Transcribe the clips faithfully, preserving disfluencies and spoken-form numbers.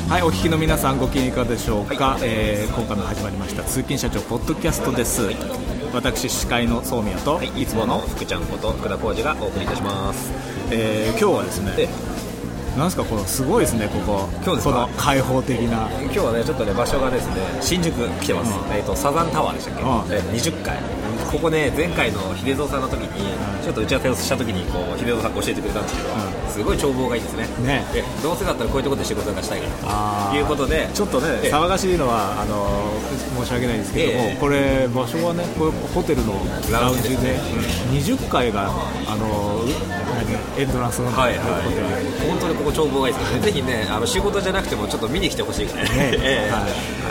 はい、お聞きの皆さんご機嫌いかがでしょうか、はい。えー、今回も始まりました通勤社長ポッドキャストです、はい。私司会の宗宮と、 はい、いつもの福ちゃんこと福田浩二がお送りいたします。 えー、今日はですね、えなんですかこのすごいですね、ここ今日ですか、 この開放的な。 今日はねちょっとね場所がですね新宿来てます、うん、えー、とサザンタワーでしたっけ、うん、えー、にじゅっかい。ここね前回の秀蔵さんの時に、うん、ちょっと打ち合わせをした時にこう秀蔵さんが教えてくれたんですけど、うん、すごい眺望がいいですね。ねえどうせだったらこういうところで仕事がしたいからということで、 ちょっとね騒がしいのはあの申し訳ないんですけども、えー、これ場所はねこれホテルのラウンジでにじゅっかいがあのエントランスの、 はいはい、本当にここ眺望がいいですね。ぜひねあの仕事じゃなくてもちょっと見に来てほしいからね、えーはい、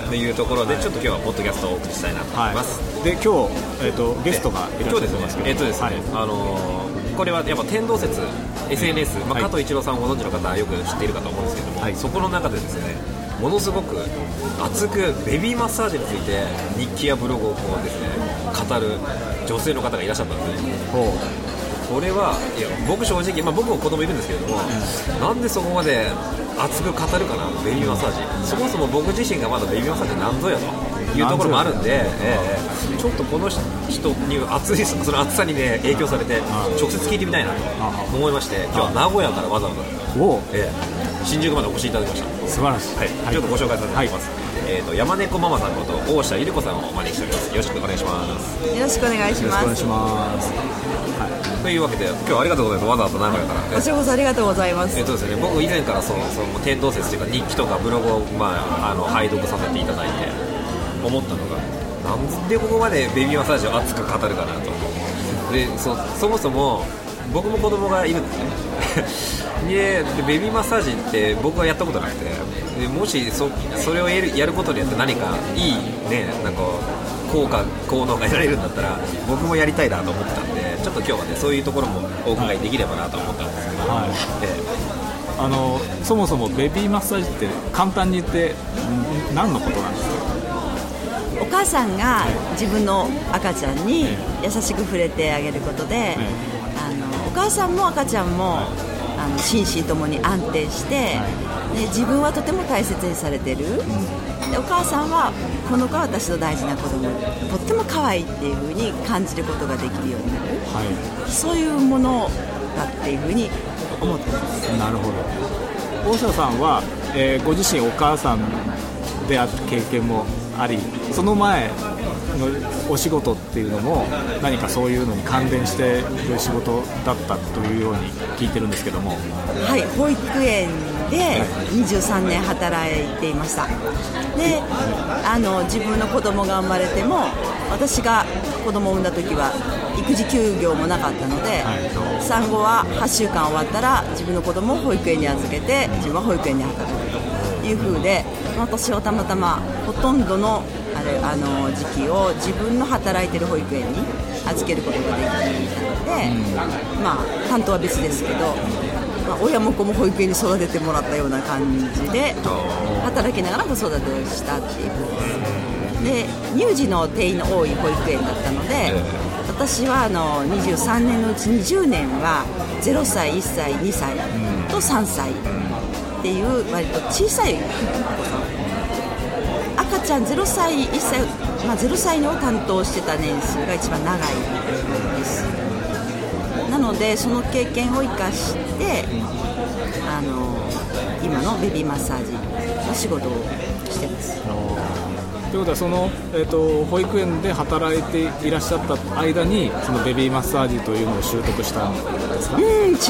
というところでちょっと今日はポッドキャストをお送りしたいなと思います、 はい、で今日、えー、とゲストがいらっしゃってますけど、 えーとですね、はい、あのー、これはやっぱ天動説 エスエヌエス、まあ、加藤一郎さんをご存知の方はよく知っているかと思うんですけども、はい、そこの中でですねものすごく熱くベビーマッサージについて日記やブログをこうですね語る女性の方がいらっしゃったんですね。これはいや僕正直、まあ、僕も子供いるんですけれども、うん、なんでそこまで熱く語るかなベビーマッサージ、うん、そもそも僕自身がまだベビーマッサージなんぞやというところもあるんで、えー、ちょっとこの人に熱いその熱さに、ね、影響されて直接聞いてみたいなと思いまして、今日は名古屋からわざわざ、えー、新宿までお越しいただきました。 素晴らしい、 はいはい、ちょっとご紹介させていただきます、はい。えー、と山猫ママさんこと大下ゆり子さんをお招きしております。よろしくお願いします。 よろしくお願いします。 よろしくお願いします、 はい、というわけで今日はありがとうございます。わざわざ名古屋から、 こちらこそありがとうございます。 えーとですね、僕以前からそのその天動説というか日記とかブログを、まあ、あの拝読させていただいて思ったのが、なんでここまでベビーマッサージを熱く語るかなと。で そ, そもそも僕も子供がいるんですねでベビーマッサージって僕はやったことなくて、でもし そ, それをや る, やることによって何かいい、ね、なんか効果効能が得られるんだったら僕もやりたいなと思ってたんで、ちょっと今日はねそういうところもお伺いできればなと思ったんですけど、はい、 えー、あのそもそもベビーマッサージって簡単に言って何のことなんですか？ お母さんが自分の赤ちゃんに優しく触れてあげることで、あのお母さんも赤ちゃんもあの心身ともに安定して、で自分はとても大切にされてる、でお母さんはこの子は私の大事な子供、とっても可愛いっていう風に感じることができるようになる、はい、そういうものだっていう風に思ってます。 なるほど。大下さんは、えー、ご自身お母さんである経験もあり、その前のお仕事っていうのも何かそういうのに関連している仕事だったというように聞いてるんですけども。 はい、保育園でにじゅうさんねん働いていました。で、あの自分の子供が生まれても、私が子供を産んだ時は育児休業もなかったので、はい、産後ははっしゅうかん終わったら自分の子供を保育園に預けて自分は保育園に働くという風で、私はたまたまほとんどのあれあの時期を自分の働いてる保育園に預けることができたので、うん、まあ担当は別ですけど、まあ、親も子も保育園に育ててもらったような感じで働きながら子育てをしたっていうことです。で、乳児の定員の多い保育園だったので、私はあのにじゅうさんねんのうちにじゅうねんはゼロさい、いっさい、にさいとさんさいっていう割と小さいお子さん、赤ちゃんゼロさい、いっさい、まあ、ゼロさいのを担当してた年数が一番長いです。なのでその経験を生かしてあの今のベビーマッサージの仕事をしてます。 ということはその、えーと、保育園で働いていらっしゃった間にそのベビーマッサージというのを習得したんですか？ うん、違って、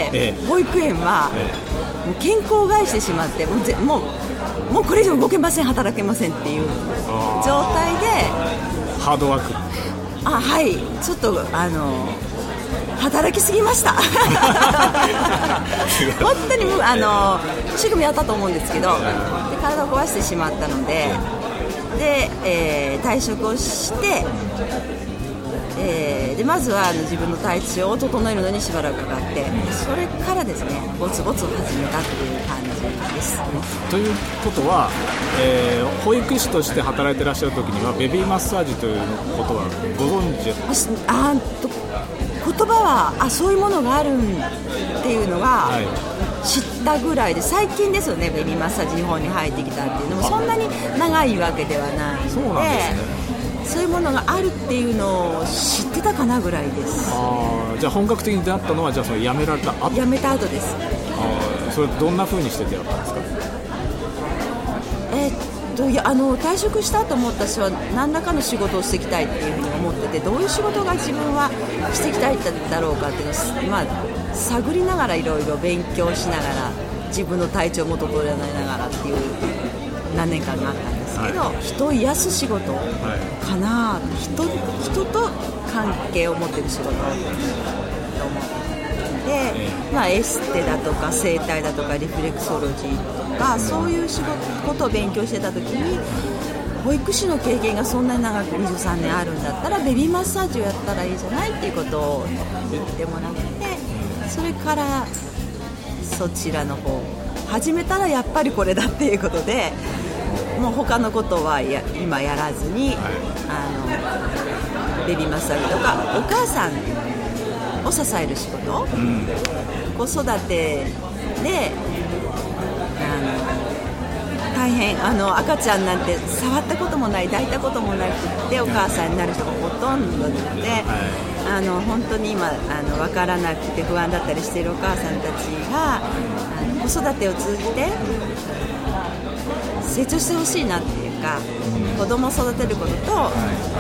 ええ、保育園は、ええ、もう健康を害してしまって、もうぜもうもうこれ以上動けません、働けませんっていう状態でハードワーク。 あ、はい、ちょっとあの働きすぎました本当にもうあの一生懸命やったと思うんですけど、で体を壊してしまったので、で、えー、退職をして、えー、でまずはあの自分の体調を整えるのにしばらくかかって、それからですねボツボツ始めたっていう感じです。 ということは、えー、保育士として働いていらっしゃる時にはベビーマッサージということはご存知？ ああと言葉はあそういうものがあるっていうのは、はい、 知ったぐらいで、最近ですよねベビーマッサージ日本に入ってきたっていうのもそんなに長いわけではないので、 そうなんですね。 そういうものがあるっていうのを知ってたかなぐらいです。 あ、じゃあ本格的に出会ったのはじゃあその辞められた後？ 辞めた後です。 あ、それどんな風にして出会ったんですか？ えー、っといやあの退職したと思った人は何らかの仕事をしていきたいっていうふうに思ってて、どういう仕事が自分はしていきたいんだろうかっていうのを、まあ、探りながらいろいろ勉強しながら自分の体調も整えながらっていう何年間があったんですけど、はい、人を癒す仕事かな、はい、人, 人と関係を持っている仕事と思ってで、まあ、エステだとか整体だとかリフレクソロジーとかそういう仕事ことを勉強してた時に、保育士の経験がそんなに長くにじゅうさんねんあるんだったらベビーマッサージをやったらいいじゃないっていうことを言ってもらって、それからそちらの方始めたらやっぱりこれだっていうことで、もう他のことはや今やらずに、あのベビーマッサージとかお母さんを支える仕事、うん、子育てであの大変あの赤ちゃんなんて触ったこともない抱いたこともなくてお母さんになる人がほとんどなので、あの本当に今あの分からなくて不安だったりしているお母さんたちがあの子育てを通じて成長してほしいなっていうか、子供を育てることと、あ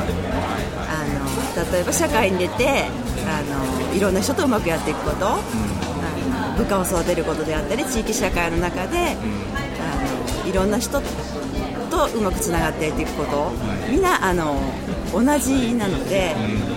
の例えば社会に出てあのいろんな人とうまくやっていくこと、あの部下を育てることであったり地域社会の中で、あのいろんな人とうまくつながってやっていくこと、みんなあの同じなので、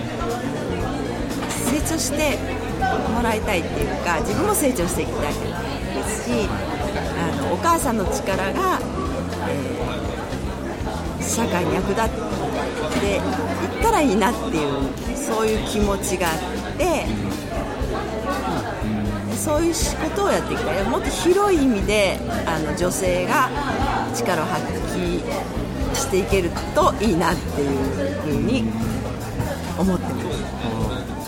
成長してもらいたいっていうか自分も成長していきたいですし、あのお母さんの力が、えー、社会に役立っていったらいいなっていうそういう気持ちがあって、うん、そういうことをやっていきたい。もっと広い意味であの女性が力を発揮していけるといいなっていうふうに思ってます。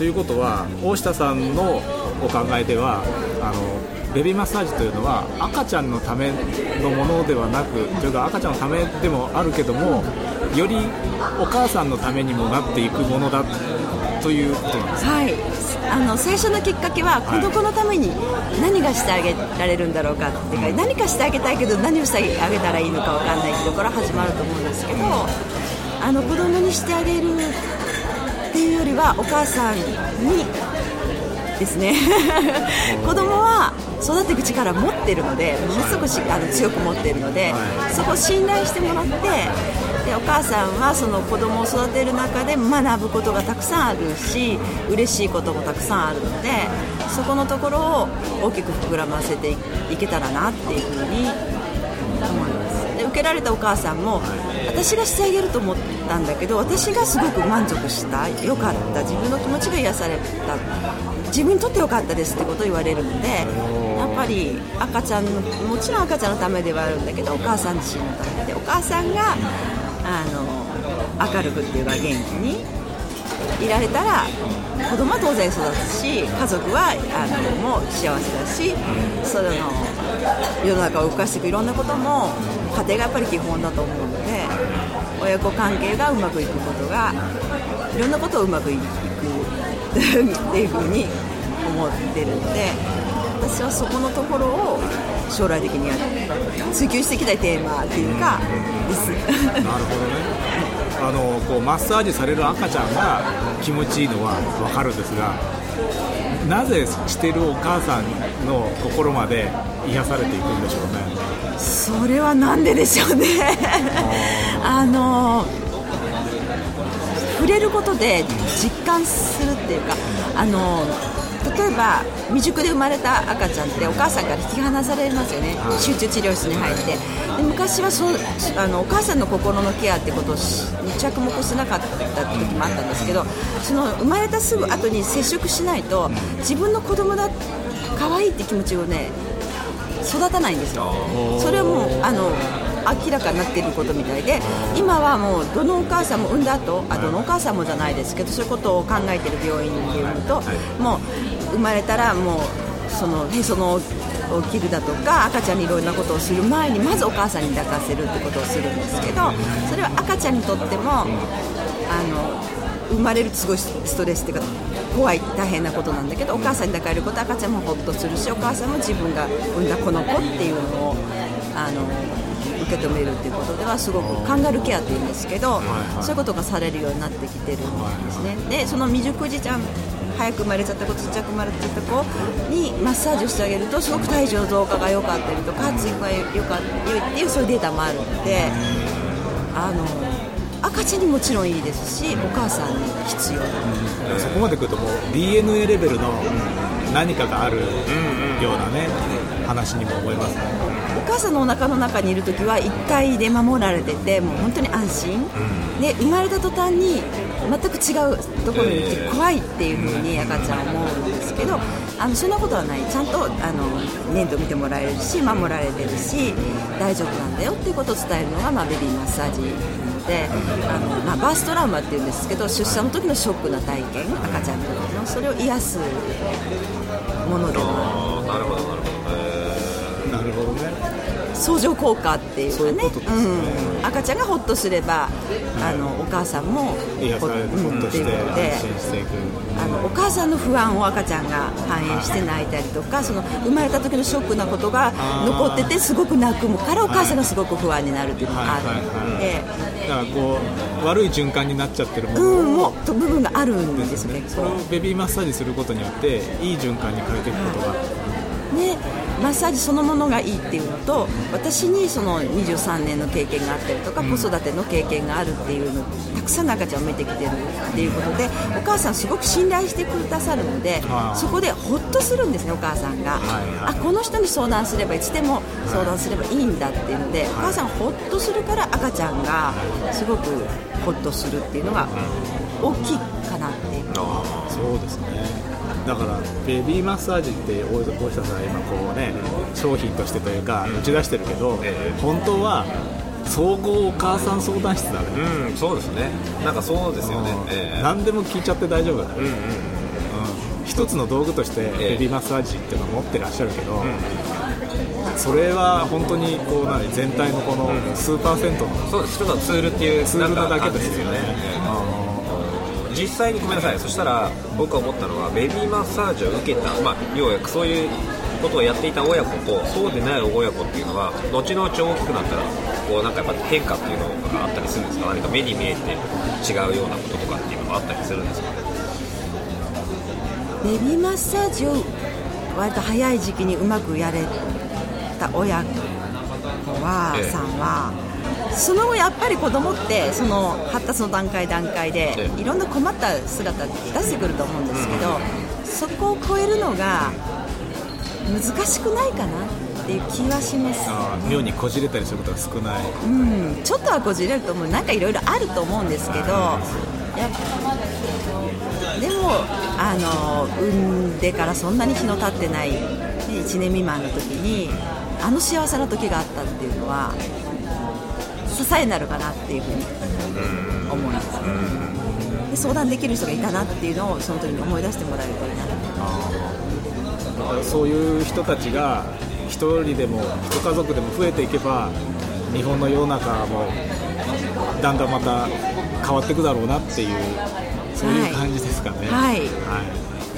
ということは大下さんのお考えではあのベビーマッサージというのは赤ちゃんのためのものではなく、というか赤ちゃんのためでもあるけどもよりお母さんのためにもなっていくものだということなんですか？ はい、あの最初のきっかけは子供のために何がしてあげられるんだろうかっていうか、はい、何かしてあげたいけど何をしてあげたらいいのか分かんないってところから始まると思うんですけど、あの子供にしてあげるっていうよりはお母さんにですね子供は育ていく力を持っているので、ものすごくしあの強く持っているので、そこを信頼してもらって、でお母さんはその子供を育てる中で学ぶことがたくさんあるし嬉しいこともたくさんあるので、そこのところを大きく膨らませていけたらなっていうふうに思います。で受けられたお母さんも私がしてあげると思ったんだけど、私がすごく満足した、よかった、自分の気持ちが癒された、自分にとってよかったですってことを言われるので、やっぱり赤ちゃんのもちろん赤ちゃんのためではあるんだけどお母さん自身のためで、お母さんがあの明るくっていうか元気にいられたら子供は当然育つし、家族はあのもう幸せだし、それの世の中を動かしていくいろんなことも家庭がやっぱり基本だと思うので、親子関係がうまくいくことがいろんなことをうまくいくっていうふうに思ってるので、私はそこのところを将来的にやる追求していきたいテーマっていうかです。 なるほどね。あのこうマッサージされる赤ちゃんが気持ちいいのは分かるんですが、なぜしてるお母さんの心まで癒されていくんでしょうね。 それはなんででしょうねあの触れることで実感するっていうか、あの例えば未熟で生まれた赤ちゃんってお母さんから引き離されますよね、はい、集中治療室に入って。で昔はそうあのお母さんの心のケアってことに着目してなかった時もあったんですけど、その生まれたすぐ後に接触しないと自分の子供だ可愛いって気持ちをね育たないんですよ。それはもうあの明らかになっていることみたいで、今はもうどのお母さんも産んだ後、あどのお母さんもじゃないですけど、そういうことを考えている病院にいると、もう生まれたらもうそのへその起きるだとか赤ちゃんにいろんなことをする前にまずお母さんに抱かせるってことをするんですけど、それは赤ちゃんにとってもあの生まれるとすごいストレスっていうか怖い大変なことなんだけど、お母さんに抱かれること赤ちゃんもホッとするし、お母さんも自分が産んだこの子っていうのをあの受け止めるっていうことではすごくカンガルーケアっていうんですけど、はいはい、そういうことがされるようになってきてるんですね。でその未熟児ちゃん早く生まれちゃった子、ちっちゃく生まれちゃった子にマッサージをしてあげるとすごく体重増加が良かったりとか発育が良かった良いっていうそういうデータもあるので、あの赤ちゃんにもちろんいいですしお母さんに必要だ、 うん、そこまで来るともう ディーエヌエー レベルの何かがあるようなね話にも思いますね。 お母さんのお腹の中にいるときは一体で守られててもう本当に安心、うん、で生まれた途端に全く違うところに行って怖いっていう風に赤ちゃんは思うんですけど、あのそんなことはない。ちゃんとあの粘土見てもらえるし守られてるし大丈夫なんだよっていうことを伝えるのが、まあ、ベビーマッサージで、あの、まあ、バーストラウマっていうんですけど出産の時のショックな体験、赤ちゃんの時のそれを癒すものでもある。 なるほどなるほど、 えー、なるほどね。 相乗効果っていうかね、 そういうことですね、 うん、赤ちゃんがホッとすれば、うん、あのお母さんも癒されてホッとして安心していく、 あのお母さんの不安を赤ちゃんが反映して泣いたりとか、その生まれた時のショックなことが残っててすごく泣くからお母さんがすごく不安になるっていうのがあるので、 だからこう悪い循環になっちゃってるものうん、もと部分があるんですよね。 それをベビーマッサージすることによっていい循環に変えていくことが、 ね、マッサージそのものがいいっていうのと、私にそのにじゅうさんねんの経験があったりとか、うん、子育ての経験があるっていうの、たくさんの赤ちゃんを見てきてるっていうことでお母さんすごく信頼してくださるので、そこでホッとするんですねお母さんが、はいはい、あこの人に相談すればいつでも相談すればいいんだっていうので、はい、お母さんホッとするから赤ちゃんがすごくホッとするっていうのが大きいかなっていう、うん、 そうですね。だからベビーマッサージって大下さん今こうね商品としてというか打ち出してるけど、えー、本当は総合お母さん相談室だね。 うん、そうですね。なんかそうですよね、えー、 何でも聞いちゃって大丈夫だね、うんうんうん、一つの道具としてベビーマッサージっていうのを持ってらっしゃるけど、うん、それは本当にこう何全体のこの数パーセントの、 そうです、一つのツールっていうツールなだけですよね。 実際にごめんなさい。そしたら僕が思ったのはベビーマッサージを受けた、まあ、要はそういうことをやっていた親子とそうでない親子っていうのは後々大きくなったらこうなんかやっぱ変化っていうのがあったりするんですか？何か目に見えて違うようなこととかっていうのがあったりするんですか？ ベビーマッサージを割と早い時期にうまくやれた親子は、ええ、さんはその後やっぱり子供ってその発達の段階段階でいろんな困った姿出してくると思うんですけど、そこを超えるのが難しくないかなっていう気はします、ね、 あ妙にこじれたりすることが少ない、 うん、ちょっとはこじれると思う。なんかいろいろあると思うんですけど、やでもあの産んでからそんなに日の経ってないいちねん未満の時にあの幸せな時があったっていうのは支えになるかなっていうふうに思うんですね。で相談できる人がいたなっていうのをその時に思い出してもらえるといいな。 あそういう人たちが一人でも一家族でも増えていけば日本の世の中もだんだんまた変わっていくだろうなっていうそういう感じですかね。 はい、はいはい、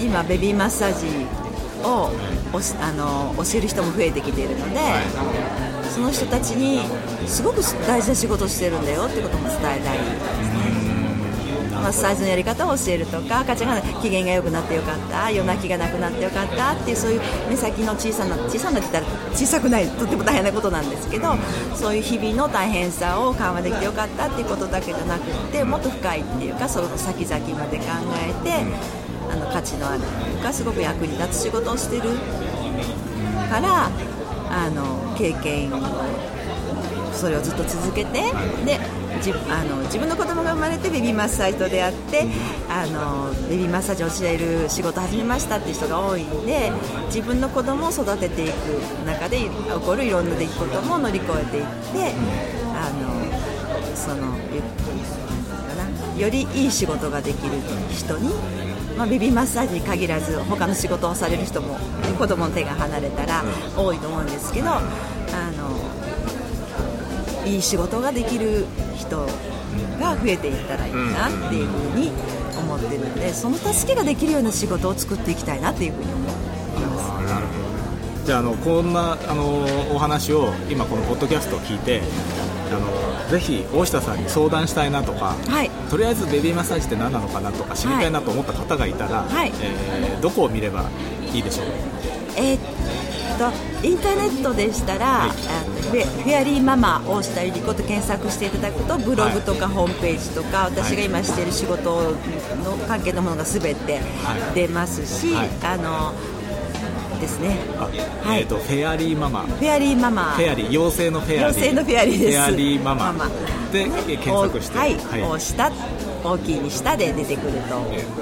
今ベビーマッサージを、はい、おしあの教える人も増えてきているので、はい、その人たちにすごく大事な仕事をしてるんだよってことも伝えたいですね。マッサージのやり方を教えるとか、赤ちゃんが機嫌が良くなってよかった、夜泣きがなくなってよかったっていうそういう目先の小さな小さなって言ったら小さくないとっても大変なことなんですけど、そういう日々の大変さを緩和できてよかったっていうことだけじゃなくて、もっと深いっていうかその先々まで考えてあの価値のあるというかすごく役に立つ仕事をしてるからあの経験をそれをずっと続けてでじあの自分の子供が生まれてベビーマッサージと出会ってあのベビーマッサージを教える仕事を始めましたっていう人が多いんで、自分の子供を育てていく中で起こるいろんな出来事も乗り越えていってあのそのかなよりいい仕事ができる人に、まあ、ベビーマッサージに限らず他の仕事をされる人も子供の手が離れたら多いと思うんですけど、あのいい仕事ができる人が増えていったらいいなっていうふうに思ってるので、その助けができるような仕事を作っていきたいなっていうふうに思います。 あ、なるほど。じゃあ、あのこんなあのお話を今このポッドキャストを聞いて、あのぜひ大下さんに相談したいなとか、はい、とりあえずベビーマッサージって何なのかなとか知りたいなと思った方がいたら、はい、えー、どこを見ればいいでしょう。 えーインターネットでしたら、はい、フェアリーママ大下ゆり子と検索していただくとブログとかホームページとか、はい、私が今している仕事の関係のものがすべて出ますし、はい、あのですね、 はい、えーとフェアリーママ、 フェアリーママ、 フェアリー妖精のフェアリー、 妖精のフェアリーです。 フェアリーママで検索して、 はい、はい、大下大きいに下で出てくると思います。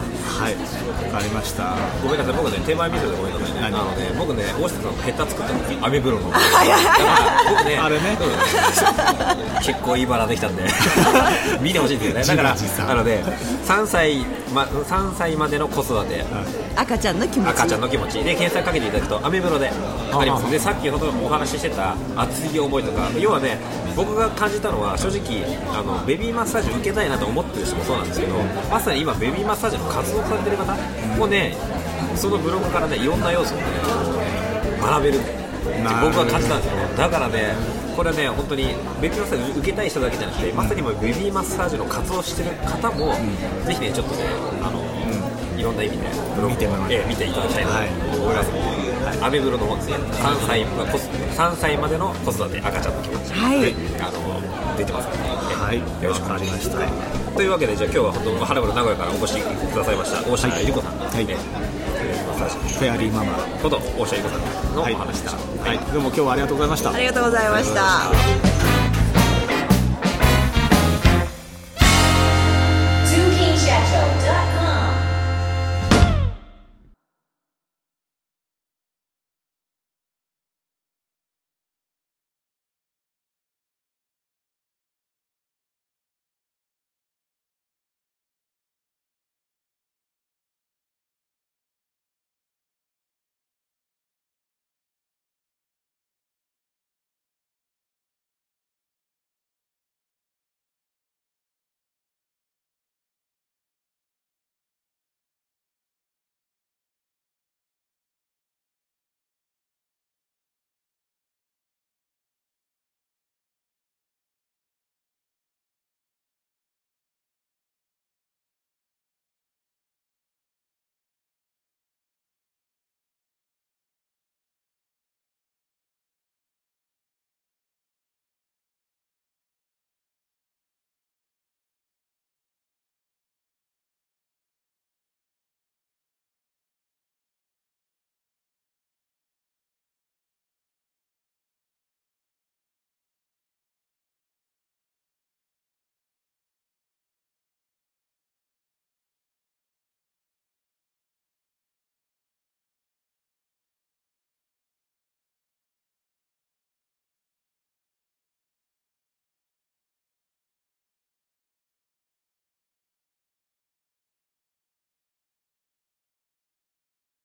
はい、わかりました。 ごめんなさい、僕ね手前味噌でごめんなさいね。あのね、僕ね大下さんのヘッダ作った時アメブロの僕ねあれね、 うん、結構いいバラできたんで見てほしいんですよね。だからあのねさんさいまさんさいまでの子育て、 赤ちゃんの気持ち、 赤ちゃんの気持ちで検索かけていただくとアメブロでわかります。でさっきほどお話ししてた熱い思いとか、要はね僕が感じたのは正直あのベビーマッサージ受けたいなと思ってる人もそうなんですけど、まさに今ベビーマッサージの活動されてる方もね、そのブログからねいろんな要素をね学べるって僕は感じたんですよね。だからねこれはね本当にベビーマッサージ受けたい人だけじゃなくて、まさに今ベビーマッサージの活動してる方も、うん、ぜひねちょっとねあの、うん、いろんな意味でブログを見て、えー、見ていただきたいなと思いますので、はい、アメブロの方ですね、さんさい、さんさいまでの子育て赤ちゃんの気持ち、はい、あの出てますので、はい、よろしくお願いします。はい、というわけでじゃあ今日は本当はるばる名古屋からお越しくださいました大下ゆり子さん、はい、ね、 フェアリーママこと大下ゆり子さんのお話でした。 はい、はい、どうも今日はありがとうございました。 ありがとうございました。